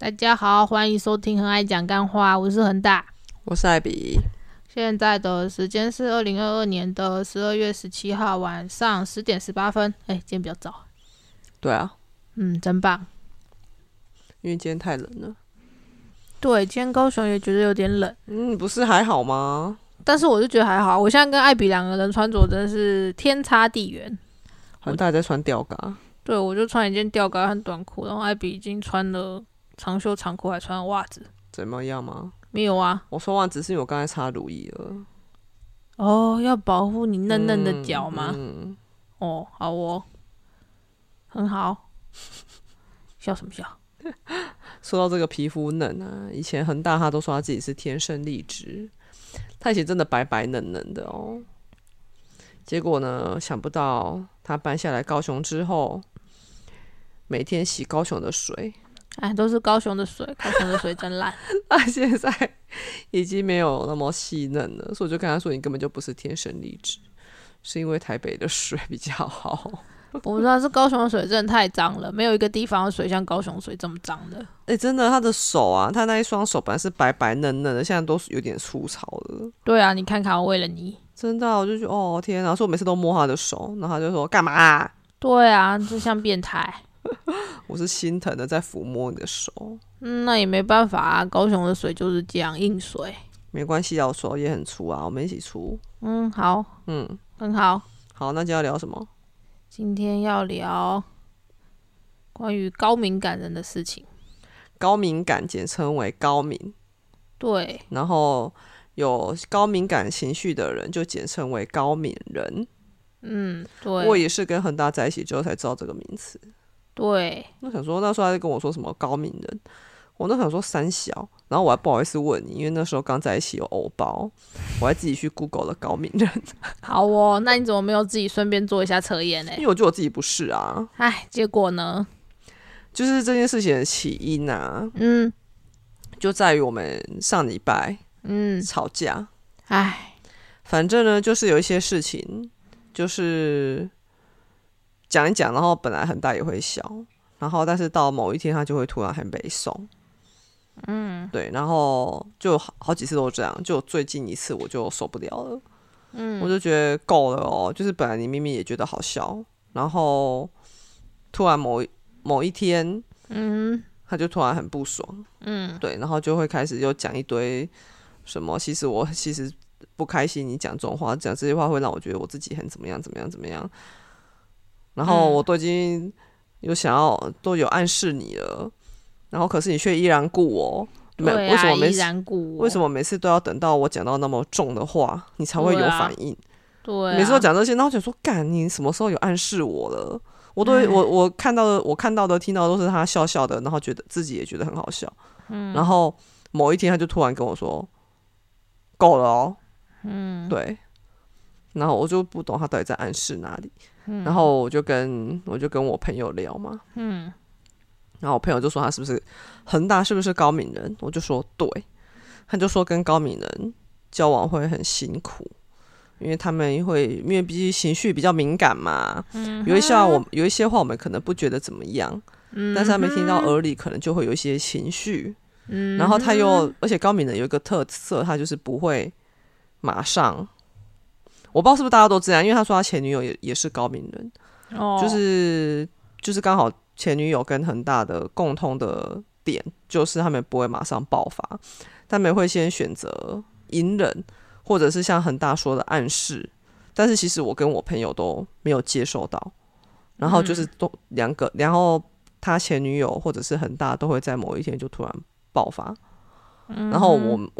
大家好，欢迎收听很爱讲干话，我是恒大， 我是艾比。 现在的时间是2022年的12月17号晚上10点18分。今天比较早。 对啊， 真棒。 因为今天太冷了。 对，今天高雄也觉得有点冷。 不是还好吗？ 但是我就觉得还好，我现在跟艾比两个人穿着真的是天差地远。 恒大在穿吊嘎。 对，我就穿一件吊嘎和短裤，然后艾比已经穿了长袖长裤，还穿了袜子。 怎么样吗？ 没有啊， 我说袜子是因为我刚才擦乳液了。 哦，要保护你嫩嫩的脚吗？哦，好哦，很好。笑什么笑？ 说到这个皮肤嫩啊，以前恒大他都说他自己是天生丽质，他以前真的白白嫩嫩的哦。结果呢，想不到他搬下来高雄之后，每天洗高雄的水， 都是高雄的水，高雄的水真烂。 他现在已经没有那么细嫩了，所以我就跟他说：“你根本就不是天生丽质，是因为台北的水比较好。” 我不知道是高雄的水真的太脏了，没有一个地方的水像高雄水这么脏的。 真的，他的手啊，他那一双手本来是白白嫩嫩的，现在都有点粗糙了。 对啊，你看看我为了你， 真的，我就觉得哦天啊！所以我每次都摸他的手，然后他就说干嘛啊？ 对啊，这像变态。 我是心疼的在抚摸你的手。 那也没办法啊，高雄的水就是这样硬水。 没关系啊，我手也很粗啊，我们一起粗。 好，很好。 好，那今天要聊什么？ 今天要聊关于高敏感人的事情。 高敏感简称为高敏。 对。 然后有高敏感情绪的人就简称为高敏人。 对。 我也是跟恒大在一起之后才知道这个名词。 对。 那想说那时候他在跟我说什么高敏人，我那想说三小，然后我还不好意思问你，因为那时候刚在一起有偶包，我还自己去 Google 了高敏人。 好哦，那你怎么没有自己顺便做一下测验呢？ 因为我觉得我自己不是啊。 结果呢？ 就是这件事情的起因啊，就在于我们上礼拜吵架。反正呢，就是有一些事情，就是讲一讲，然后本来恒大也会笑，然后但是到某一天他就会突然很北宋。对，然后就好几次都这样，就最近一次我就受不了了。我就觉得够了哦，就是本来你明明也觉得好笑，然后突然某一天，他就突然很不爽，对，然后就会开始又讲一堆什么，其实不开心，你讲这种话，讲这些话会让我觉得我自己很怎么样怎么样怎么样，然后我都已经有想要都有暗示你了，然后可是你却依然顾我。 对啊， 为什么每次都要等到我讲到那么重的话，你才会有反应？ 对啊， 每次都讲这些，然后就说干，你什么时候有暗示我了？我看到的、听到的都是他笑笑的，然后觉得自己也觉得很好笑。然后某一天他就突然跟我说：“够了哦。”对。然后我就不懂他到底在暗示哪里。然后我就跟我朋友聊嘛。然后我朋友就说他是不是恒大是不是高敏人？我就说对。他就说跟高敏人交往会很辛苦。因为毕竟情绪比较敏感嘛，有一些话我们可能不觉得怎么样，但是他没听到耳里，可能就会有一些情绪。然后而且高敏人有一个特色，他就是不会马上，我不知道是不是大家都这样，因为他说他前女友也是高敏人，就是刚好前女友跟恒大的共通的点，就是他们不会马上爆发，他们会先选择隐忍。或者是像恒大说的暗示，但是其实我跟我朋友都没有接受到，然后就是然后他前女友或者是恒大都会在某一天就突然爆发，然后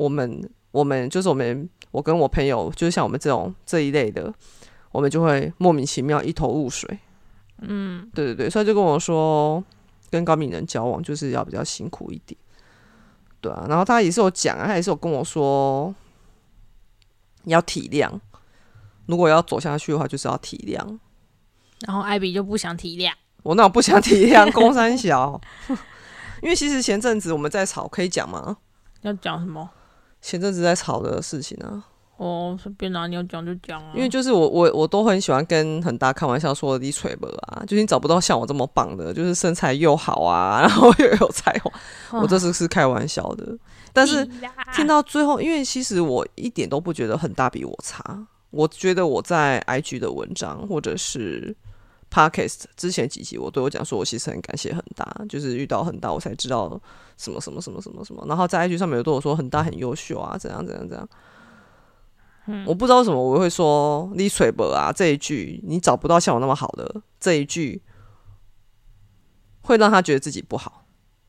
我跟我朋友就是像我们这一类的，我们就会莫名其妙一头雾水。对对对，所以就跟我说，跟高敏人交往就是要比较辛苦一点，对啊，然后他也是有讲啊，他也是有跟我说。要体谅，如果要走下去的话，就是要体谅。 然后艾比就不想体谅， 我那我不想体谅，公三小。因为其实前阵子我们在吵，可以讲吗？ 要讲什么？ 前阵子在吵的事情啊， 哦，随便啦，你要讲就讲啊。 因为就是我都很喜欢跟很大开玩笑说你吹不啊，就是你找不到像我这么棒的，就是身材又好啊，然后又有才华，我这是开玩笑的。但是听到最后，因为其实我一点都不觉得很大比我差，我觉得我在 IG 的文章或者是 Podcast 之前几集，我都有讲说，我其实很感谢很大，就是遇到很大我才知道什么什么什么什么什么，然后在 IG 上面有对我说很大很优秀啊，怎样怎样怎样。我不知道为什么我会说你水不啊这一句，你找不到像我那么好的这一句，会让他觉得自己不好。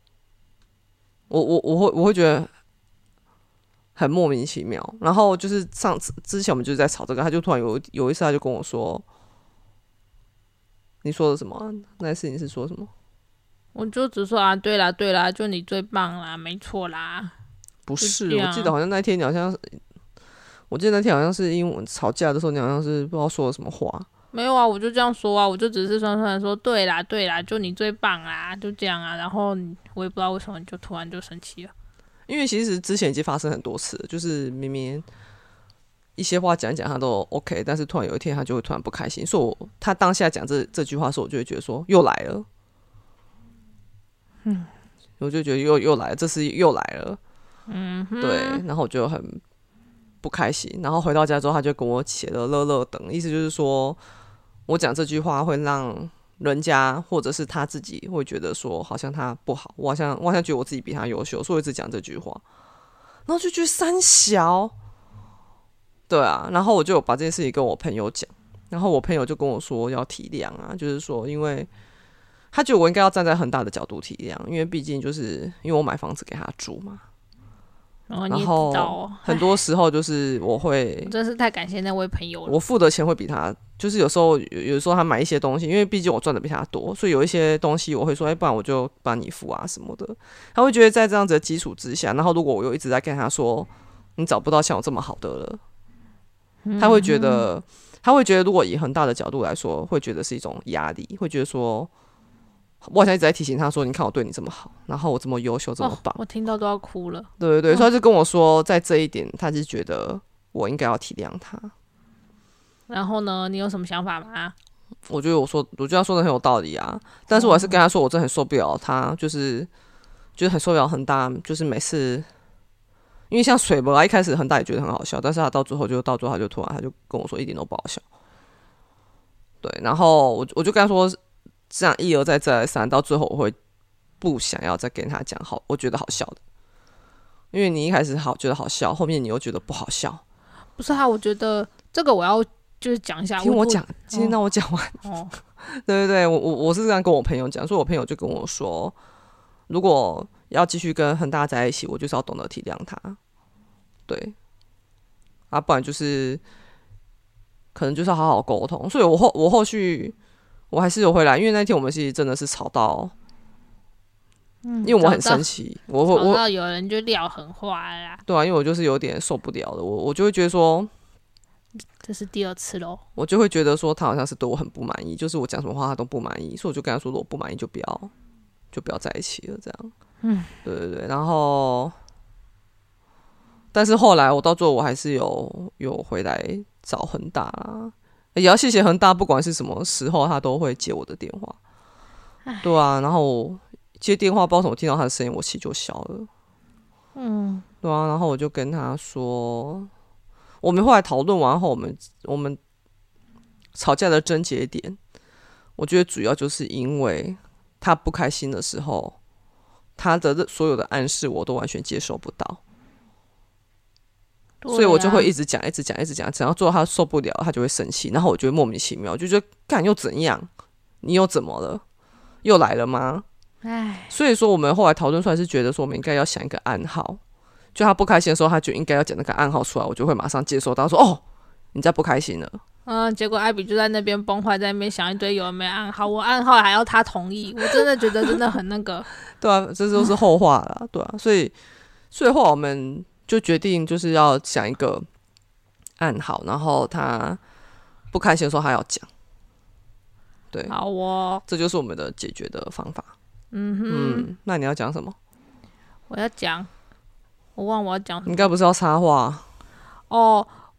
我会觉得很莫名其妙。然后就是上次之前我们就是在吵这个，他就突然有一次他就跟我说：“你说的什么啊？那一次你是说什么？” 我就只说啊，对啦对啦，就你最棒啦，没错啦。 不是，我记得好像那天你好像。我记得那天好像是因为我们吵架的时候，你好像是不知道说了什么话。 没有啊，我就这样说啊，我就只是酸酸的说对啦对啦，就你最棒啦，就这样啊。然后我也不知道为什么就突然就生气了。 因为其实之前已经发生很多次了，就是明明一些话讲一讲他都 OK， 但是突然有一天他就会突然不开心，所以他当下讲这句话的时候，我就会觉得说又来了。我就觉得又来了，这次又来了。对，然后我就很不开心，然后回到家之后，他就跟我写了乐乐等，意思就是说我讲这句话会让人家或者是他自己会觉得说好像他不好，我好像觉得我自己比他优秀，所以我一直讲这句话，然后就觉得三小，对啊，然后我就把这件事情跟我朋友讲，然后我朋友就跟我说要体谅啊，就是说因为他觉得我应该要站在很大的角度体谅，因为毕竟就是因为我买房子给他住嘛。 然后很多时候就是我真是太感谢那位朋友了。 我付的钱会比他，就是有时候他买一些东西，因为毕竟我赚的比他多，所以有一些东西我会说，不然我就帮你付啊什么的。他会觉得在这样子的基础之下，然后如果我又一直在跟他说你找不到像我这么好的了，他会觉得如果以很大的角度来说，会觉得是一种压力，会觉得说。我好像一直在提醒他说：“你看我对你这么好，然后我这么优秀，这么棒。 我听到都要哭了。 对对对，所以他就跟我说，在这一点，他是觉得我应该要体谅他。 然后呢，你有什么想法吗？ 我觉得他说的很有道理啊，但是我还是跟他说，我真的很受不了他，就是很受不了恒大，就是每次，因为像水博啊，一开始恒大也觉得很好笑，但是他到最后他就突然他就跟我说一点都不好笑。对，然后我就跟他说。这样一而再再而三，到最后我会不想要再跟他讲好，我觉得好笑的，因为你一开始觉得好笑，后面你又觉得不好笑。 不是啊，我觉得这个我要就是讲一下， 听我讲，今天让我讲完。哦，对对对，我是这样跟我朋友讲，所以我朋友就跟我说，如果要继续跟恒大在一起，我就是要懂得体谅他，对，啊，不然就是可能就是要好好沟通。所以我后续。我还是有回来，因为那天我们其实真的是吵到，因为我很生气， 吵到有人就撂狠话啦。 对啊，因为我就是有点受不了了，我就会觉得说， 这是第二次咯。 我就会觉得说他好像是对我很不满意，就是我讲什么话他都不满意，所以我就跟他说，如果不满意就不要在一起了，这样。对对对，然后，但是后来我到最后我还是有回来找恒大啦。也要谢谢恒大，不管是什么时候，他都会接我的电话。对啊，然后接电话，不知道怎么听到他的声音，我气就消了。对啊，然后我就跟他说，我们后来讨论完后，我们吵架的症结点，我觉得主要就是因为他不开心的时候，他的所有的暗示我都完全接受不到。所以我就会一直讲，只要做到他受不了，他就会生气，然后我就会莫名其妙，就觉得干又怎样？你又怎么了？又来了吗？所以说我们后来讨论出来是觉得说，我们应该要想一个暗号，就他不开心的时候，他就应该要讲那个暗号出来，我就会马上接收到说，哦，你在不开心了。 结果艾比就在那边崩坏，在那边想一堆有没有暗号，我暗号还要他同意，我真的觉得真的很那个。 对啊，这都是后话啦，对啊，所以后来我们。就决定就是要想一个暗号，然后他不开心的时候他要讲，对， 好哦， 这就是我们的解决的方法。那你要讲什么？我要讲，我忘了我要讲什么。 应该不是要插话哦，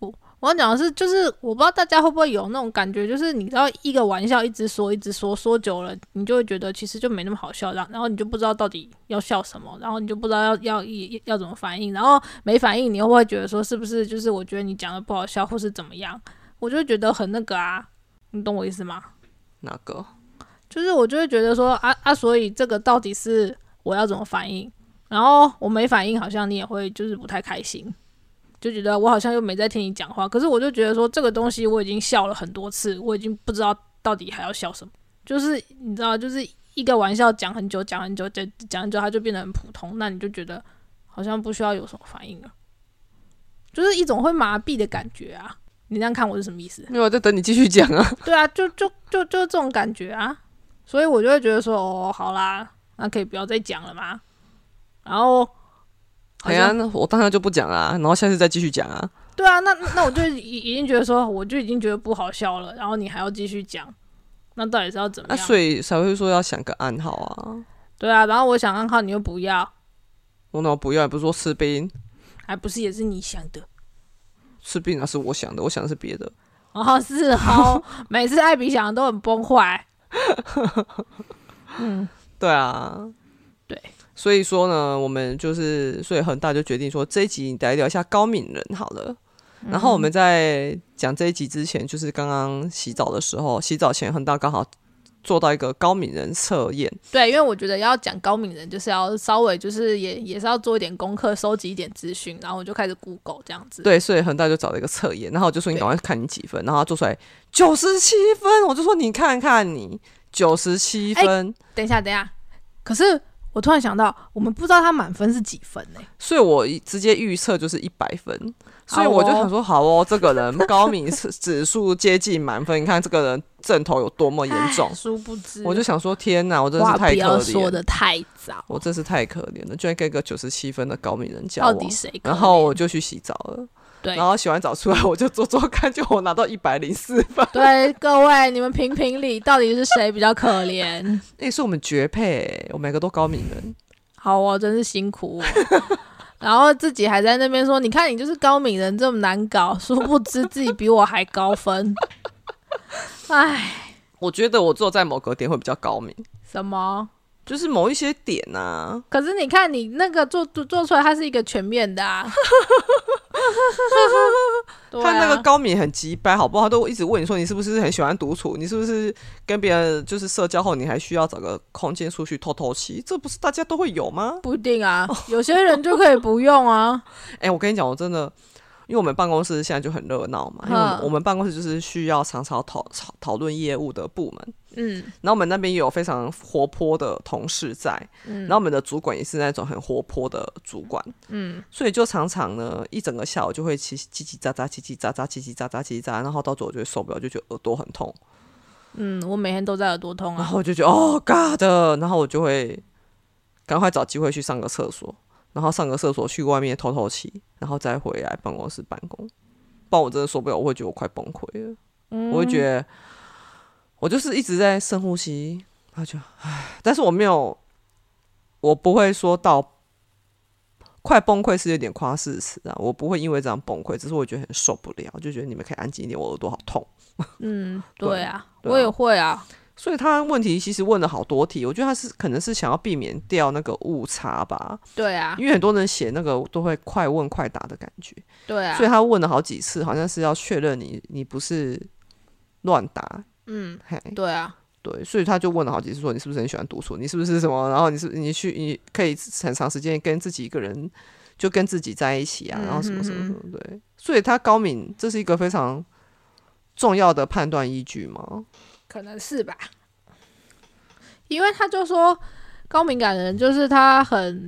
我要讲的是，就是我不知道大家会不会有那种感觉，就是你知道一个玩笑一直说说久了，你就会觉得其实就没那么好笑，然后你就不知道到底要笑什么，然后你就不知道要怎么反应，然后没反应，你又会觉得说是不是就是我觉得你讲的不好笑或是怎么样，我就会觉得很那个啊，你懂我意思吗？ 哪个？ 就是我就会觉得说所以这个到底是我要怎么反应？然后我没反应，好像你也会就是不太开心，就觉得我好像又没在听你讲话。可是我就觉得说这个东西我已经笑了很多次，我已经不知道到底还要笑什么。就是你知道，就是一个玩笑讲很久，它就变得很普通，那你就觉得好像不需要有什么反应了，就是一种会麻痹的感觉啊。你这样看我是什么意思？ 没有，在等你继续讲啊。 对啊，就这种感觉啊。所以我就会觉得说，哦，好啦，那可以不要再讲了嘛。然后， 哎呀，我当然就不讲啦，然后下次再继续讲啊。 对啊，那我就已经觉得说，我就已经觉得不好笑了，然后你还要继续讲，那到底是要怎么样？ 所以才会说要想个暗号啊。 对啊，然后我想暗号，你又不要。 我哪不要？不是说吃冰， 还不是也是你想的？ 吃冰那是我想的，我想的是别的。 哦，是哦，每次艾比想的都很崩坏。 对啊， 对， 所以说呢，我们就是所以恒大就决定说这一集来聊一下高敏人好了。然后我们在讲这一集之前，就是刚刚洗澡的时候，洗澡前恒大刚好做到一个高敏人测验。 对，因为我觉得要讲高敏人，就是要稍微就是也是要做一点功课，收集一点资讯，然后我就开始 Google 这样子。 对，所以恒大就找了一个测验，然后我就说你赶快看你几分，然后他做出来97分，我就说你看看你97分。 等一下，可是我突然想到，我们不知道他满分是几分呢？ 所以我直接预测就是100分。所以我就想说，好哦，这个人高敏指数接近满分，你看这个人症头有多么严重。 殊不知， 我就想说，天哪，我真的是太可怜。 话不要说的太早， 我真是太可怜了，居然跟一个97分的高敏人交往。 到底谁可怜？ 然后我就去洗澡了。 对， 然后洗完澡出来，我就做看，就我拿到104分。 对，各位，你们评评理，到底是谁比较可怜？ 是我们绝配，我每个都高敏人。 好哦，真是辛苦哦。然后自己还在那边说，你看你就是高敏人这么难搞，殊不知自己比我还高分。唉， 我觉得我只有在某个点会比较高敏。 什么？ 就是某一些点啊。 可是你看你那个做出来，它是一个全面的啊。 他那个高敏很鸡掰，好不好？他都一直问你说你是不是很喜欢独处，你是不是跟别人就是社交后你还需要找个空间出去透透气，这不是大家都会有吗？ 不一定啊，有些人就可以不用啊。 我跟你讲，我真的，因为我们办公室现在就很热闹嘛，因为我们办公室就是需要常常讨论业务的部门。然后我们那边也有非常活泼的同事在，然后我们的主管也是那种很活泼的主管，所以就常常呢一整个下午就会叽叽喳喳叽叽喳喳叽叽喳喳叽叽喳，然后到最后我就会受不了，就觉得耳朵很痛。 我每天都在耳朵痛啊， 然后我就觉得哦 God， 然后我就会赶快找机会去上个厕所，然后上个厕所去外面透透气，然后再回来办公室办公，不然我真的受不了，我会觉得我快崩溃了。我会觉得我就是一直在深呼吸，然后就但是我不会说到快崩溃，是有点夸饰词啊，我不会因为这样崩溃，只是我觉得很受不了，就觉得你们可以安静一点，我耳朵好痛。 对啊，我也会啊。 所以他问题其实问了好多题，我觉得他可能是想要避免掉那个误差吧。 对啊， 因为很多人写那个都会快问快答的感觉。 对啊， 所以他问了好几次，好像是要确认你不是乱答。 对啊， 对，所以他就问了好几次，说你是不是很喜欢独处，你是不是什么，然后你可以很长时间跟自己一个人，就跟自己在一起啊，然后什么什么什么。对，所以他高敏，这是一个非常重要的判断依据吗？ 可能是吧，因为他就说高敏感的人就是他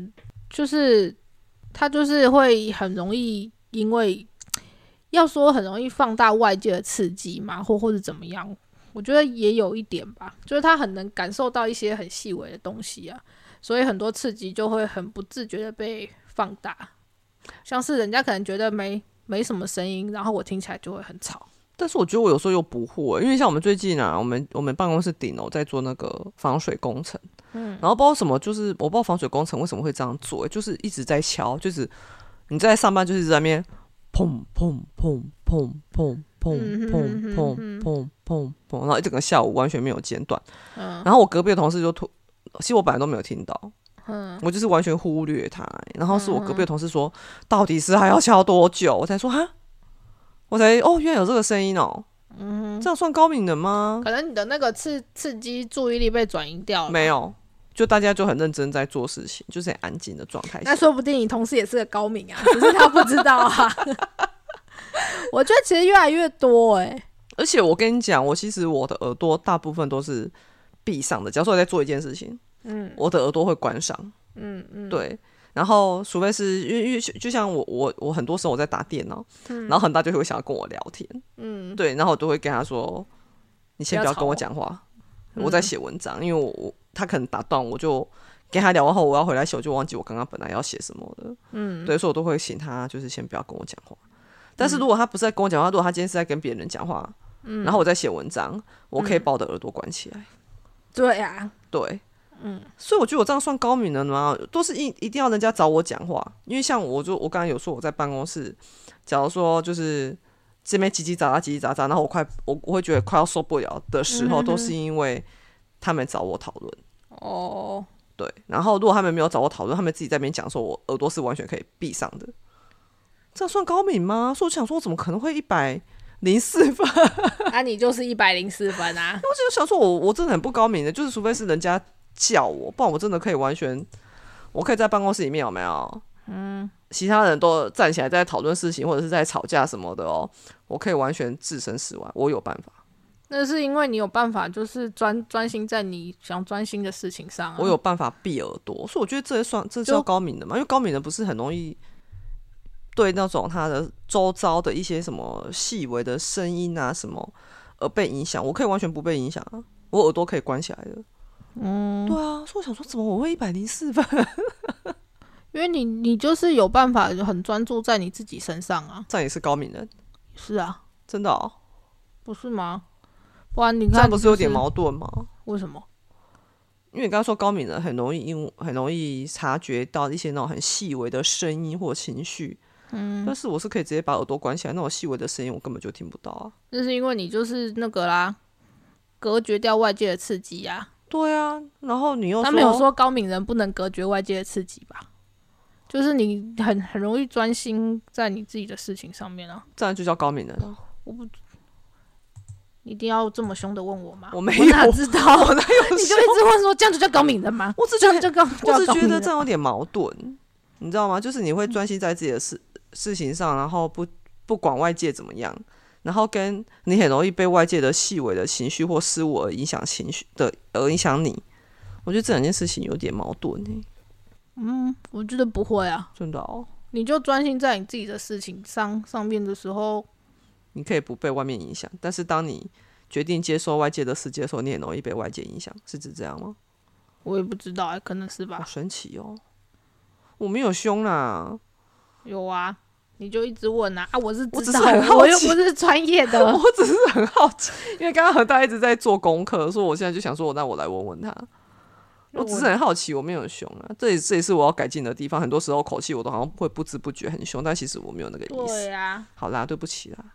就是会很容易，因为要说很容易放大外界的刺激嘛，或者怎么样，我觉得也有一点吧，就是他很能感受到一些很细微的东西啊，所以很多刺激就会很不自觉的被放大，像是人家可能觉得没什么声音，然后我听起来就会很吵。 但是我觉得我有时候又不会，因为像我们最近啊，我们办公室顶楼在做那个防水工程，然后不知道什么，就是我不知道防水工程为什么会这样做，就是一直在敲，就是你在上班就是一直在那边砰砰砰砰砰砰砰砰砰砰砰，然后一整个下午完全没有间断。然后我隔壁的同事其实我本来都没有听到，我就是完全忽略他。然后是我隔壁的同事说，到底是还要敲多久？我才说哈，我才原来有这个声音哦。这样算高敏人吗？ 可能你的那个刺激注意力被转移掉了。 没有，就大家就很认真在做事情，就是很安静的状态下。 那说不定你同事也是个高敏啊，只是他不知道啊。我觉得其实越来越多而且我跟你讲，其实我的耳朵大部分都是闭上的。假如说我在做一件事情，我的耳朵会关上，对。然后除非是因为就像我很多时候我在打电脑，然后很大就会想要跟我聊天，对。然后我都会跟他说，你先不要跟我讲话，我在写文章，因为他可能打断我就跟他聊完后，我要回来写，我就忘记我刚刚本来要写什么的，对。所以我都会请他就是先不要跟我讲话。但是如果他不是在跟我讲话，如果他今天是在跟别人讲话，然后我在写文章，我可以把我的耳朵关起来。 对啊， 对，所以我觉得我这样算高敏人吗？都是一定要人家找我讲话，因为像我刚刚有说我在办公室，假如说就是这边叽叽喳喳叽叽喳喳，然后我会觉得快要受不了的时候，都是因为他们找我讨论。对。然后如果他们没有找我讨论，他们自己在那边讲说我耳朵是完全可以闭上的。这样算高敏吗？所以我想说，我怎么可能会104分？ 啊，你就是104分啊！ 我就想说我真的很不高敏的，就是除非是人家叫我，不然我真的可以完全，我可以在办公室里面有没有？其他人都站起来在讨论事情或者是在吵架什么的我可以完全置身事外，我有办法。 那是因为你有办法，就是专心在你想专心的事情上我有办法闭耳朵，所以我觉得这叫高敏的嘛？因为高敏的不是很容易对那种他的周遭的一些什么细微的声音啊什么而被影响，我可以完全不被影响啊，我耳朵可以关起来的。对啊，所以我想说，怎么我会104分？ 因为你就是有办法很专注在你自己身上啊。 这样也是高敏人？ 是啊， 真的不是吗？不然你看， 这样不是有点矛盾吗？ 为什么？ 因为你刚刚说高敏人很容易察觉到一些那种很细微的声音或情绪。但是我是可以直接把耳朵关起来，那种细微的声音我根本就听不到啊。 那是因为你就是那个啦，隔绝掉外界的刺激啊。 对啊，然后你又说他没有说高敏人不能隔绝外界的刺激吧？就是你很容易专心在你自己的事情上面啊。 这样就叫高敏人啊？ 我不一定要这么凶的问我吗？ 我没有， 我哪知道？ 我哪有？ 你就一直问说这样就叫高敏人吗？ 我只觉得这样有点矛盾，你知道吗？就是你会专心在自己的事情上，然后不管外界怎么样，然后跟你很容易被外界的细微的情绪或事物而影响情绪的，而影响你。我觉得这两件事情有点矛盾我觉得不会啊， 真的你就专心在你自己的事情上面的时候， 你可以不被外面影响，但是当你决定接受外界的世界的时候，你很容易被外界影响，是指这样吗？ 我也不知道可能是吧。 好神奇我没有凶啦。 有啊，你就一直问啊！我只是很好奇， 我又不是专业的。 我只是很好奇，因为刚刚何大一直在做功课，所以我现在就想说，那我来问问他。我只是很好奇，我没有凶啊，这也是我要改进的地方。很多时候口气我都好像会不知不觉很凶，但其实我没有那个意思。 对啊， 好啦，对不起啦。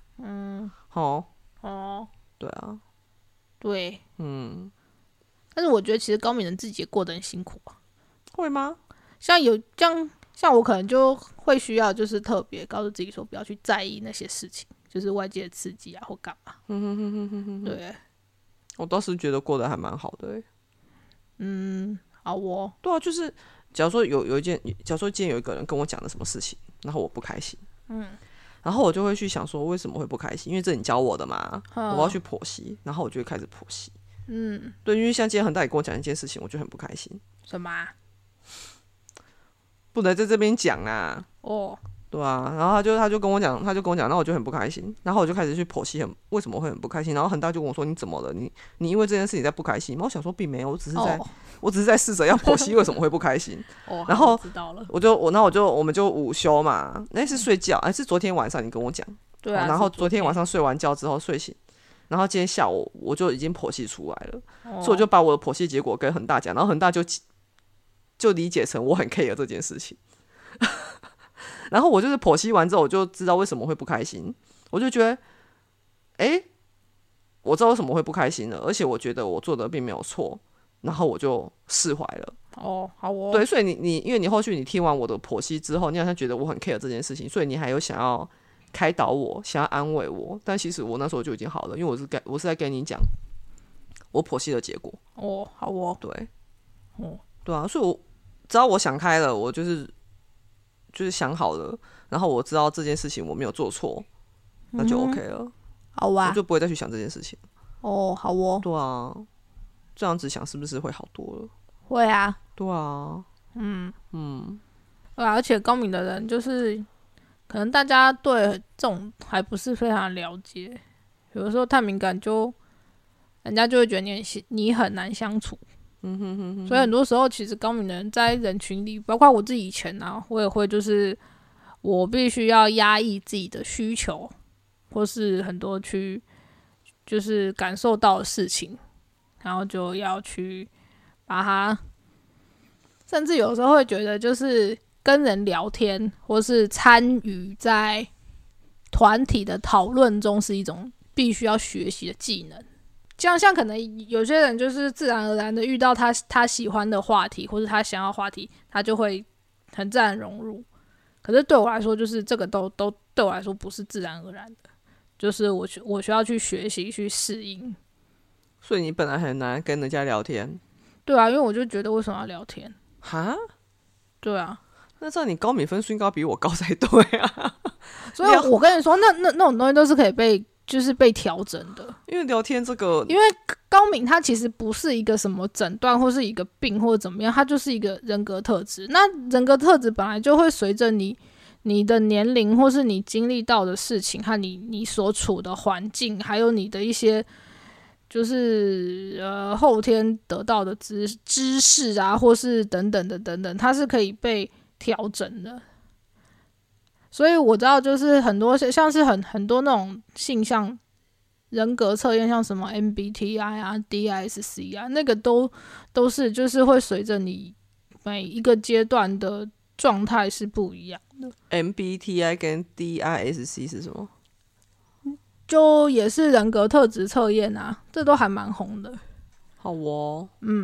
对啊， 对，但是我觉得其实高敏人自己也过得很辛苦啊。 会吗？ 像我可能就会需要就是特别告诉自己说不要去在意那些事情，就是外界的刺激啊或干嘛。对， 我倒是觉得过得还蛮好的好对啊，就是假如说假如说今天有一个人跟我讲了什么事情，然后我不开心，然后我就会去想说为什么会不开心，因为这你教我的嘛，我要去剖析，然后我就会开始剖析。对，因为像今天恒大也跟我讲一件事情，我就很不开心。 什么不能在这边讲啊。对啊，然后他就跟我讲，那我就很不开心，然后我就开始去剖析为什么会很不开心，然后恒大就跟我说你怎么了？你因为这件事情在不开心吗？我想说并没有，我只是在试着要剖析为什么会不开心。然后知道了， 我们就午休嘛，那是睡觉，是昨天晚上你跟我讲， 对啊， 然后昨天晚上睡完觉之后睡醒，然后今天下午我就已经剖析出来了，所以我就把我的剖析结果跟恒大讲，然后恒大就理解成我很 care 这件事情。 然后我就是剖析完之后，我就知道为什么会不开心，我就觉得，我知道为什么会不开心了，而且我觉得我做的并没有错，然后我就释怀了。 哦，好哦。 对，所以你因为你后续你听完我的剖析之后，你好像觉得我很 care 这件事情，所以你还有想要开导我，想要安慰我，但其实我那时候就已经好了，因为我是在跟你讲我剖析的结果。 哦，好哦。 对， 哦， 对啊，所以只要我想开了，我就是想好了，然后我知道这件事情我没有做错，那就 OK 了。 好啊， 我就不会再去想这件事情。 哦，好哦。 对啊，这样子想是不是会好多了？ 会啊。 对啊， 对啊，而且高敏的人就是可能大家对这种还不是非常了解，有的时候太敏感就人家就会觉得你很难相处。所以很多时候其实高敏的人在人群里，包括我自己以前啊，我也会就是我必须要压抑自己的需求，或是很多就是感受到的事情，然后就要去把它，甚至有时候会觉得就是跟人聊天或是参与在团体的讨论中是一种必须要学习的技能。像可能有些人就是自然而然的遇到他喜欢的话题或是他想要的话题，他就会很自然融入。可是对我来说，就是这个都对我来说不是自然而然的，就是我需要去学习去适应。 所以你本来很难跟人家聊天。 对啊，因为我就觉得为什么要聊天？ 哈？ 对啊， 那这样你高敏分数应该比我高才对啊。 所以我跟你说，那种东西都是可以被调整的。 因为聊天这个， 因为高敏它其实不是一个什么诊断或是一个病或者怎么样，它就是一个人格特质。那人格特质本来就会随着你的年龄或是你经历到的事情和你所处的环境，还有你的一些就是后天得到的知识啊，或是等等的等等，它是可以被调整的。所以我知道，就是很多像是很多那种性向人格测验，像什么 MBTI 啊、DISC 啊，那个都是就是会随着你每一个阶段的状态是不一样的。 MBTI 跟 DISC 是什么？ 就也是人格特质测验啊，这都还蛮红的。 好哦。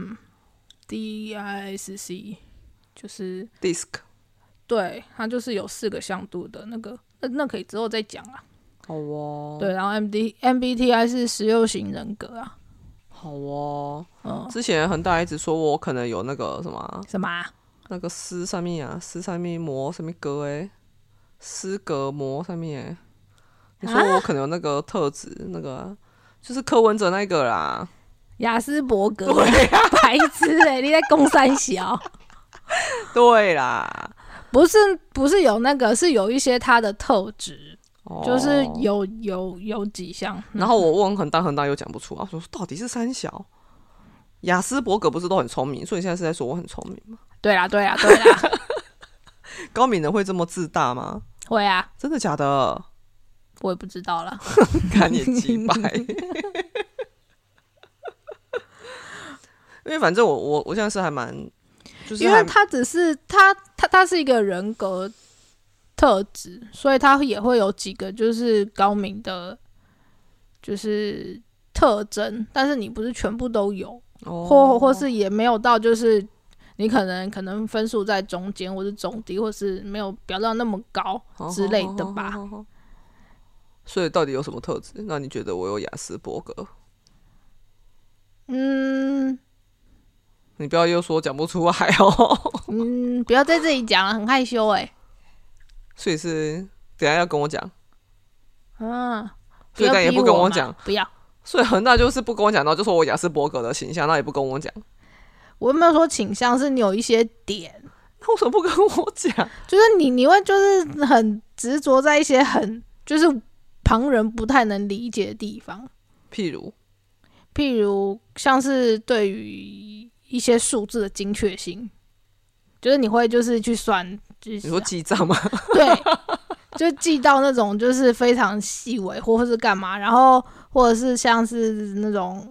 DISC 就是 DISC。 对，它就是有4个向度的那个，那可以之后再讲啊。 好哦。 对，然后 MBTI 是16型人格啊。 好哦。之前恒大一直说我可能有那个什么啊？ 那个斯上面膜上面格诶，斯格膜上面你说我可能有那个特质，那个就是柯文哲那个啦， 亚斯伯格。 对啊， 白痴你在公三小。 对啦。 不是有那个，是有一些他的特质，就是有几项。 然后我问很大又讲不出啊，说到底是三小。亚斯伯格不是都很聪明，所以你现在是在说我很聪明吗？ 对啦。 高敏人会这么自大吗？ 会啊。 真的假的？ 我也不知道啦。 看你鸡掰。因为反正我现在是还蛮。就是因为他只是他是一个人格特质，所以他也会有几个就是高敏的，就是特征，但是你不是全部都有，或是也没有到就是你可能分数在中间，或是中低，或是没有表到那么高之类的吧。 所以到底有什么特质？那你觉得我有亚斯伯格？你不要又说讲不出来哦。 不要在这里讲了，很害羞欸。 所以是等一下要跟我讲。所以但也不跟我讲。 不要。 所以恒大就是不跟我讲，然后就说我亚斯伯格的倾向，那也不跟我讲。 我没有说倾向，是你有一些点。 那为什么不跟我讲？ 就是你会就是很执着在一些很就是旁人不太能理解的地方。 譬如像是对于一些数字的精确性，就是你会就是去算，就是你说记账吗？ 对，就记到那种就是非常细微，或是干嘛，然后或者是像是那种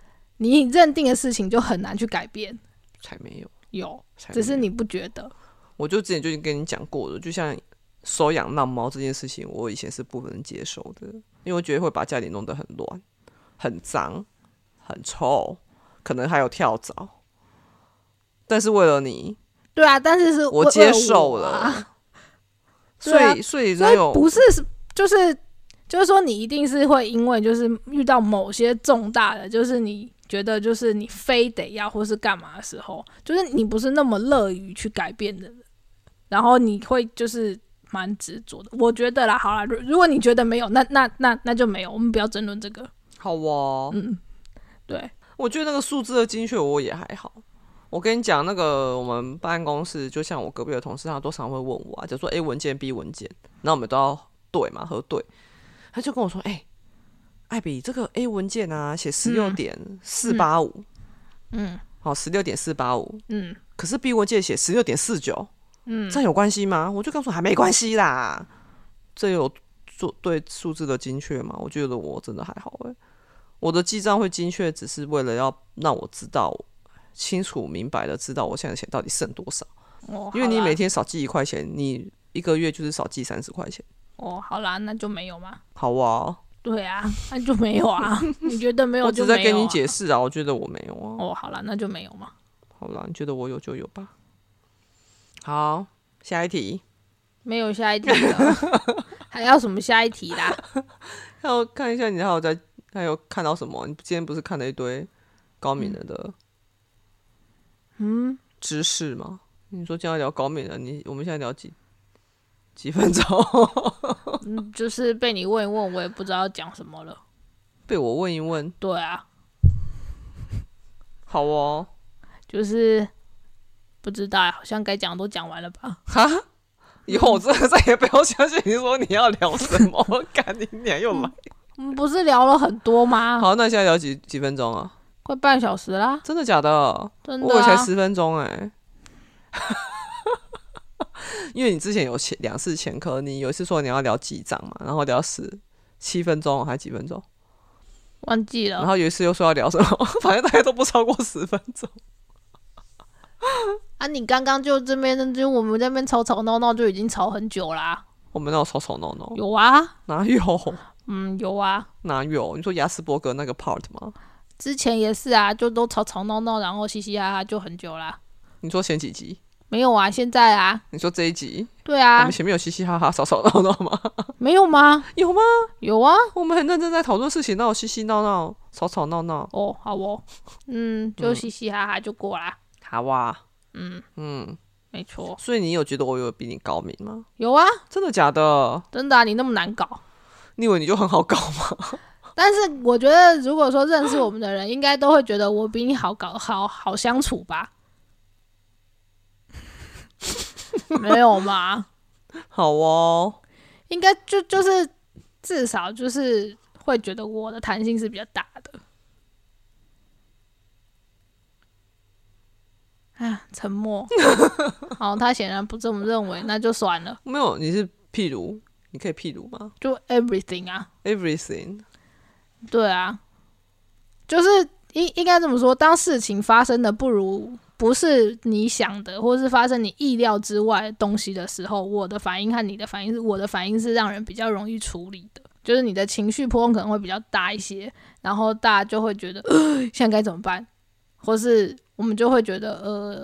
你认定的事情就很难去改变。 才没有， 有，只是你不觉得。 我就之前就已经跟你讲过了，就像收养浪猫这件事情，我以前是不能接受的，因为我觉得会把家里弄得很乱、很脏、很臭，可能还有跳蚤。但是为了你， 对啊，但是我接受了了。所以不是就是说，你一定是会因为就是遇到某些重大的，就是你觉得就是你非得要或是干嘛的时候，就是你不是那么乐于去改变的人，然后你会就是蛮执着的。我觉得啦，好啦，如果你觉得没有，那就没有，我们不要争论这个。 好哦， 对，我觉得那个数字的精确我也还好。我跟你讲，那个我们办公室，就像我隔壁的同事，他都常会问我啊，就说 A 文件 B 文件，然后我们都要对嘛，核对。他就跟我说：“艾比，这个 A 文件啊，写16.485，好，16.485，可是 B 文件写16.49，这样有关系吗？”我就跟他说还没关系啦，这有做对数字的精确吗？我觉得我真的还好我的记账会精确，只是为了要让我知道。清楚明白的知道我现在的钱到底剩多少，因为你每天少记1块钱，你1个月就是少记30块钱。 好啦，那就没有嘛。 好啊。 对啊，那就没有啊。你觉得没有就没有、我只在跟你解释啊，我觉得我没有啊。 好啦，那就没有嘛。 好啦，你觉得我有就有吧。好，下一题。 没有下一题了，还要什么下一题啦？ 要看一下你还有看到什么？你今天不是看了一堆高敏人的？知识吗？你说今天要聊高敏人，我们现在聊几分钟？ 就是被你问一问，我也不知道讲什么了。 被我问一问？ 对啊。 好哦。 就是不知道，好像该讲的都讲完了吧？ 哈？以后我真的再也不要相信你说你要聊什么，干你娘又来！ 我们不是聊了很多吗？ 好，那现在聊几分钟啊？ 快半小时啦！ 真的假的？ 真的啊， 我以为才10分钟因为你之前有2次前科，你有一次说你要聊记账嘛，然后聊17分钟还几分钟， 忘记了。 然后有一次又说要聊什么，反正大概都不超过10分钟。 啊，你刚刚就这边就我们这边吵吵闹闹就已经吵很久啦。 我们那有吵吵闹闹？ 有啊。 哪有？ 有啊。 哪有？你说雅斯伯格那个 part 吗？ 之前也是啊，就都吵吵闹闹，然后嘻嘻哈哈就很久啦。 你说前几集？ 没有啊，现在啊。 你说这一集？ 对啊。 我们前面有嘻嘻哈哈、吵吵闹闹吗？ 没有吗？ 有吗？ 有啊。 我们很认真在讨论事情，哪有嘻嘻闹闹、吵吵闹闹？ 好哦。就嘻嘻哈哈就过啦。 好啊。 没错。 所以你有觉得我有比你高明吗？ 有啊。 真的假的？ 真的啊，你那么难搞。 你以为你就很好搞吗？ 但是我觉得，如果说认识我们的人，应该都会觉得我比你好搞，好相处吧？没有吗？ 好哦， 应该就是至少就是会觉得我的弹性是比较大的。沉默。好，他显然不这么认为，那就算了。 没有，你是譬如，你可以譬如吗？ 就 everything 啊 ，everything。 对啊，就是应该这么说，当事情发生的不是你想的，或是发生你意料之外的东西的时候，我的反应和你的反应我的反应是让人比较容易处理的，就是你的情绪波动可能会比较大一些，然后大家就会觉得现在该怎么办，或是我们就会觉得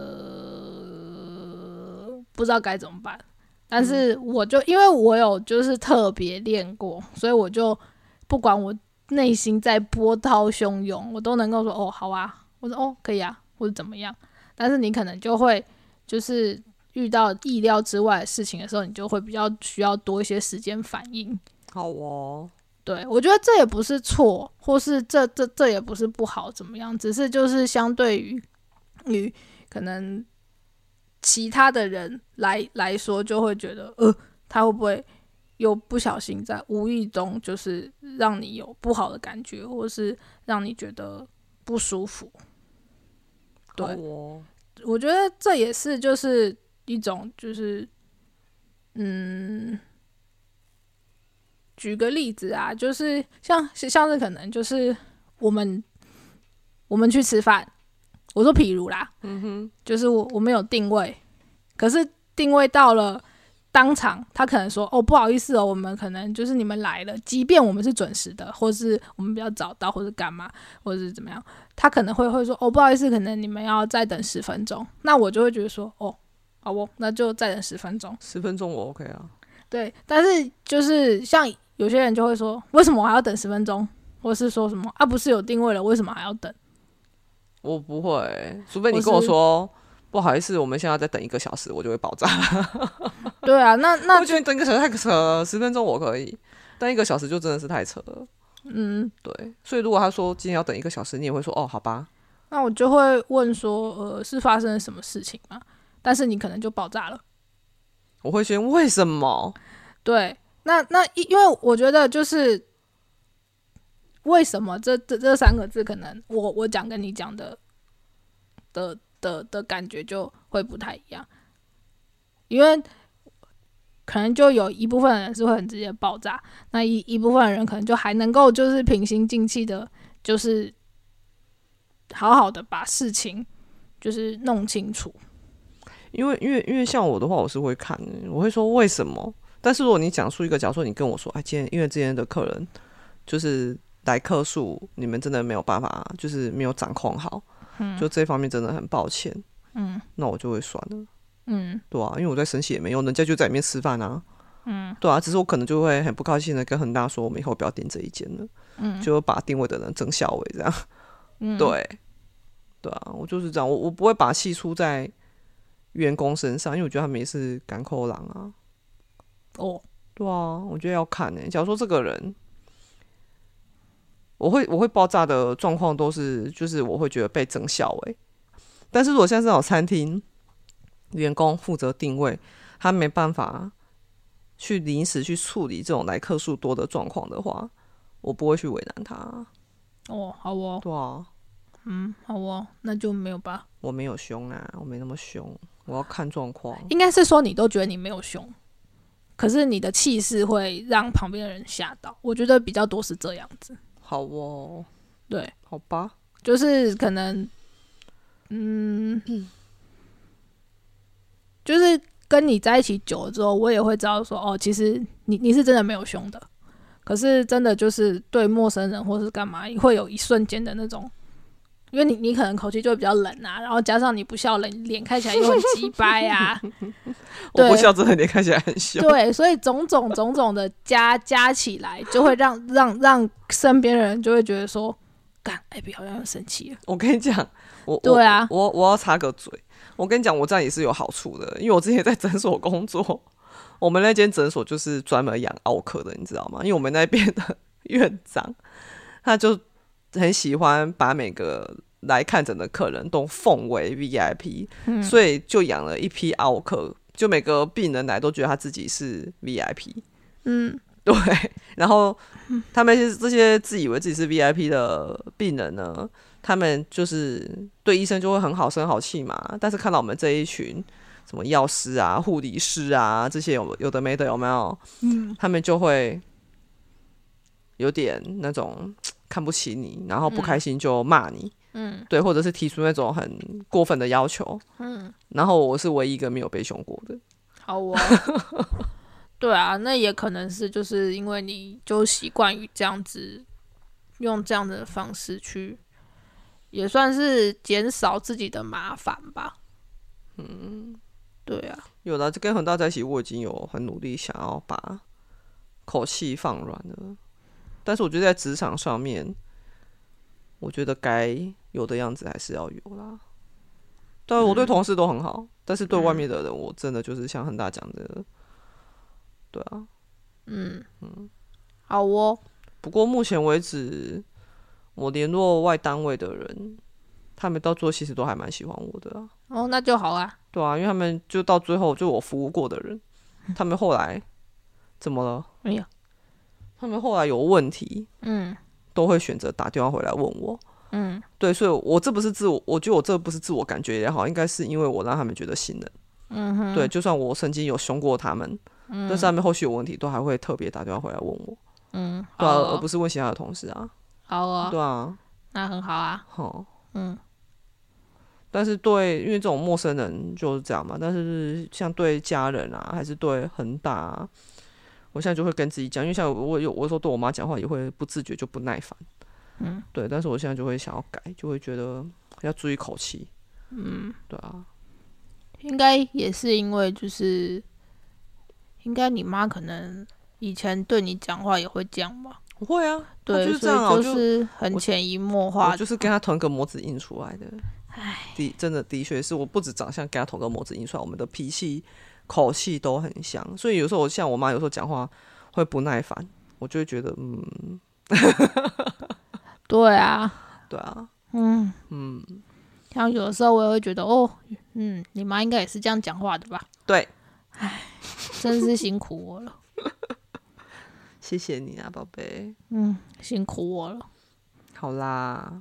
不知道该怎么办。但是我就因为我有就是特别练过，所以我就不管我内心在波涛汹涌，我都能够说好啊，我说可以啊，或者怎么样。但是你可能就会就是遇到意料之外的事情的时候，你就会比较需要多一些时间反应。 好哦。 对，我觉得这也不是错，或是这也不是不好怎么样，只是就是相对于可能其他的人来说，就会觉得他会不会又不小心在无意中就是让你有不好的感觉，或是让你觉得不舒服。对，我觉得这也是就是一种就是举个例子啊，就是像是可能就是我们去吃饭，我说譬如啦，就是我们有定位，可是定位到了当场，他可能说哦不好意思哦，我们可能就是你们来了，即便我们是准时的，或是我们比较早到，或是干嘛，或是怎么样，他可能会说哦不好意思，可能你们要再等10分钟，那我就会觉得说哦好哦，那就再等10分钟 ，10分钟我 OK 啊。 对，但是就是像有些人就会说为什么我还要等10分钟，或是说什么啊不是有定位了为什么还要等？ 我不会，除非你跟我说不好意思，我们现在再等1个小时，我就会爆炸。 对啊，那我觉得等1个小时太扯了，10分钟我可以，但1个小时就真的是太扯了。对，所以如果他说今天要等1个小时，你也会说哦，好吧。 那我就会问说是发生了什么事情吗？但是你可能就爆炸了。 我会先为什么？ 对，那因为我觉得就是为什么这3个字，可能我讲跟你讲的感觉就会不太一样，因为可能就有一部分人是会很直接爆炸，那一部分人可能就还能够就是平心静气的，就是好好的把事情就是弄清楚。 因为像我的话，我是会看的，我会说为什么。但是如果你讲述一个，假如说你跟我说，哎，因为今天的客人就是来客诉，你们真的没有办法，就是没有掌控好，就这方面真的很抱歉，那我就会算了，对啊，因为我在生气也没用，人家就在里面吃饭啊，对啊，只是我可能就会很不高兴的跟恒大说，我们以后不要订这一间了，就把定位的人争笑尾这样，对啊，我就是这样，我不会把气出在员工身上，因为我觉得他们也是赶口狼啊。对啊，我觉得要看假如说这个人，我会爆炸的状况都是，就是我会觉得被增效但是如果像这种餐厅，员工负责定位，他没办法去临时去处理这种来客数多的状况的话，我不会去为难他。 好哦。 对啊。 好哦，那就没有吧。 我没有凶啊，我没那么凶，我要看状况。 应该是说你都觉得你没有凶，可是你的气势会让旁边的人吓到。我觉得比较多是这样子。 好哦。 对， 好吧， 就是可能，就是跟你在一起久了之后，我也会知道说，哦，其实你是真的没有凶的，可是真的就是对陌生人或是干嘛，会有一瞬间的那种。因为你可能口气就会比较冷啊，然后加上你不笑，脸看起来又很鸡掰啊。 我不笑，真的脸看起来很凶。 对，所以种种的加起来，就会让身边的人就会觉得说，干，Abby 好像要生气了。 我跟你讲， 对啊， 我要插个嘴。我跟你讲，我这样也是有好处的，因为我之前在诊所工作，我们那间诊所就是专门养奥客的，你知道吗？因为我们那边的院长，他就很喜欢把每个来看诊的客人都奉为 VIP，所以就养了一批奥客，就每个病人来都觉得他自己是 VIP。对，然后他们这些自以为自己是 VIP 的病人呢，他们就是对医生就会很好声好气嘛，但是看到我们这一群什么药师啊、护理师啊这些有的没的有没有？他们就会有点那种看不起你，然后不开心就骂你，对，或者是提出那种很过分的要求，然后我是唯一一个没有被凶过的。 好哦。对啊，那也可能是就是因为你就习惯于这样子，用这样的方式去，也算是减少自己的麻烦吧。对啊， 有的跟恒大在一起，我已经有很努力想要把口气放软了，但是我觉得在职场上面，我觉得该有的样子还是要有啦。但我对同事都很好，但是对外面的人，我真的就是像恒大讲的。对啊， 好哦。 不过目前为止，我联络外单位的人，他们到最后其实都还蛮喜欢我的啊。 那就好啊。 对啊，因为他们就到最后，就我服务过的人，他们后来怎么了？ 没有。 他们后来有问题，都会选择打电话回来问我。对，所以我这不是我觉得我这不是自我感觉也好，应该是因为我让他们觉得信任。对，就算我曾经有凶过他们。但是他们后续有问题，都还会特别打电话回来问我，对啊，而不是问其他的同事啊。 好啊， 对啊， 那很好啊。 但是因为这种陌生人就是这样嘛。但是像对家人啊，还是对恒大啊，我现在就会跟自己讲，因为像我有时候对我妈讲话也会不自觉就不耐烦。对，但是我现在就会想要改，就会觉得要注意口气。对啊， 应该也是因为就是应该你妈可能以前对你讲话也会这样吧？ 会啊， 对， 就是这样啊， 所以就是很潜移默化我就是跟他同一个模子印出来的。真的的确是我不止长相跟他同个模子印出来，我们的脾气口气都很像，所以有时候像我妈有时候讲话会不耐烦，我就会觉得对啊， 对啊， 像有的时候我也会觉得你妈应该也是这样讲话的吧？ 对， 真是辛苦我了。 谢谢你啊，宝贝。 辛苦我了。 好啦，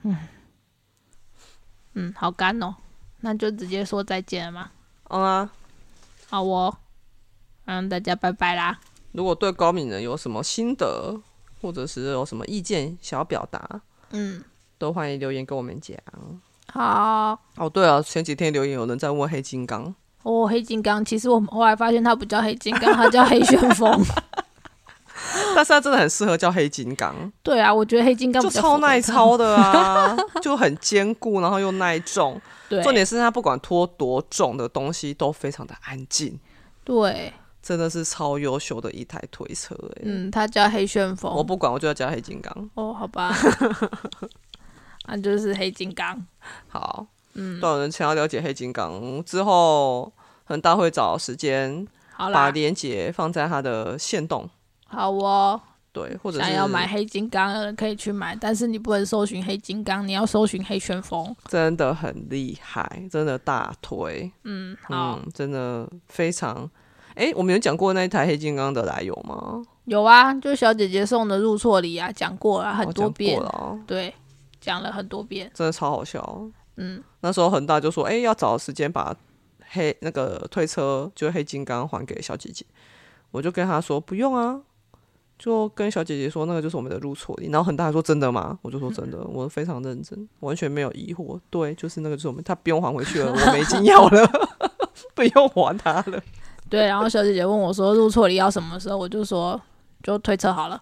好干哦，那就直接说再见了嘛。 啊， 好哦，大家拜拜啦。 如果对高敏人有什么心得，或者是有什么意见想要表达，都欢迎留言跟我们讲。 好。 哦，对啊，前几天留言有人在问黑金刚。 黑金刚，其实我们后来发现它不叫黑金刚，它叫黑旋风。 但是它真的很适合叫黑金刚。 对啊，我觉得黑金刚就超耐操的啊，就很坚固，然后又耐重。 对， 重点是它不管拖多重的东西都非常的安静。 对， 真的是超优秀的一台推车它叫黑旋风。 我不管，我就要叫黑金刚。 好吧。那就是黑金刚。 好，都有人想要了解黑金刚之后，恒大会找时间把连结放在他的限动。 好哦。 对，或者是想要买黑金刚的人可以去买，但是你不能搜寻黑金刚，你要搜寻黑旋风。 真的很厉害，真的大推。 好， 真的非常。我们有讲过那一台黑金刚的来由吗？ 有啊，就是小姐姐送的入错礼啊，讲过了很多遍。对，讲了很多遍， 真的超好笑。那时候恒大就说，要找时间把那个推车，就是黑金刚还给小姐姐。我就跟他说不用啊，就跟小姐姐说那个就是我们的入错礼。然后恒大还说真的吗？我就说真的，我非常认真，完全没有疑惑。对，就是那个就是我们，他不用还回去了，我们已经要了，不用还他了。 对，然后小姐姐问我说入错礼要什么时候，我就说就推车好了。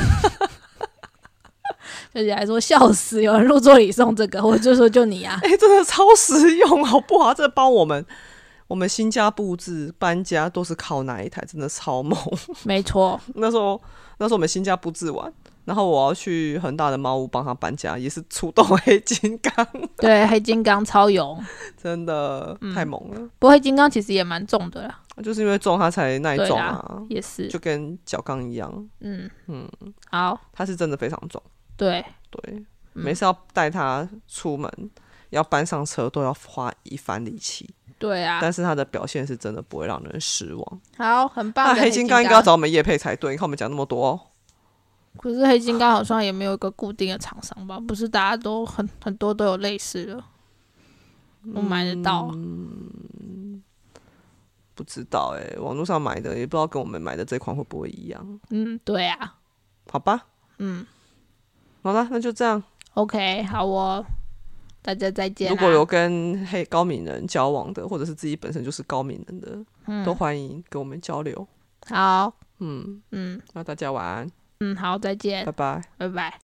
小姐姐还说笑死，有人入错礼送这个，我就说就你啊。 真的超实用，好不好？这帮我们新家布置搬家都是靠那一台，真的超猛。 没错， 那时候我们新家布置完，然后我要去恒大的猫屋帮他搬家，也是出动黑金刚。 对，黑金刚超勇， 真的太猛了。 不过黑金刚其实也蛮重的啦， 就是因为重它才耐重啊， 也是就跟角钢一样。 好， 它是真的非常重。 对， 每次要带它出门，要搬上车都要花一番力气。 对啊， 但是它的表现是真的不会让人失望。 好，很棒的黑金刚应该要找我们业配才对，你看我们讲那么多。 可是黑金刚好像也没有一个固定的厂商吧？不是大家都很多都有类似的，我买得到。 不知道网络上买的也不知道跟我们买的这款会不会一样。 对啊。 好吧。好了，那就这样。 OK， 好哦，大家再见。 如果有跟高敏人交往的，或者是自己本身就是高敏人的，都欢迎跟我们交流。 好， 那大家晚安。 好，再见， 拜拜， 拜拜。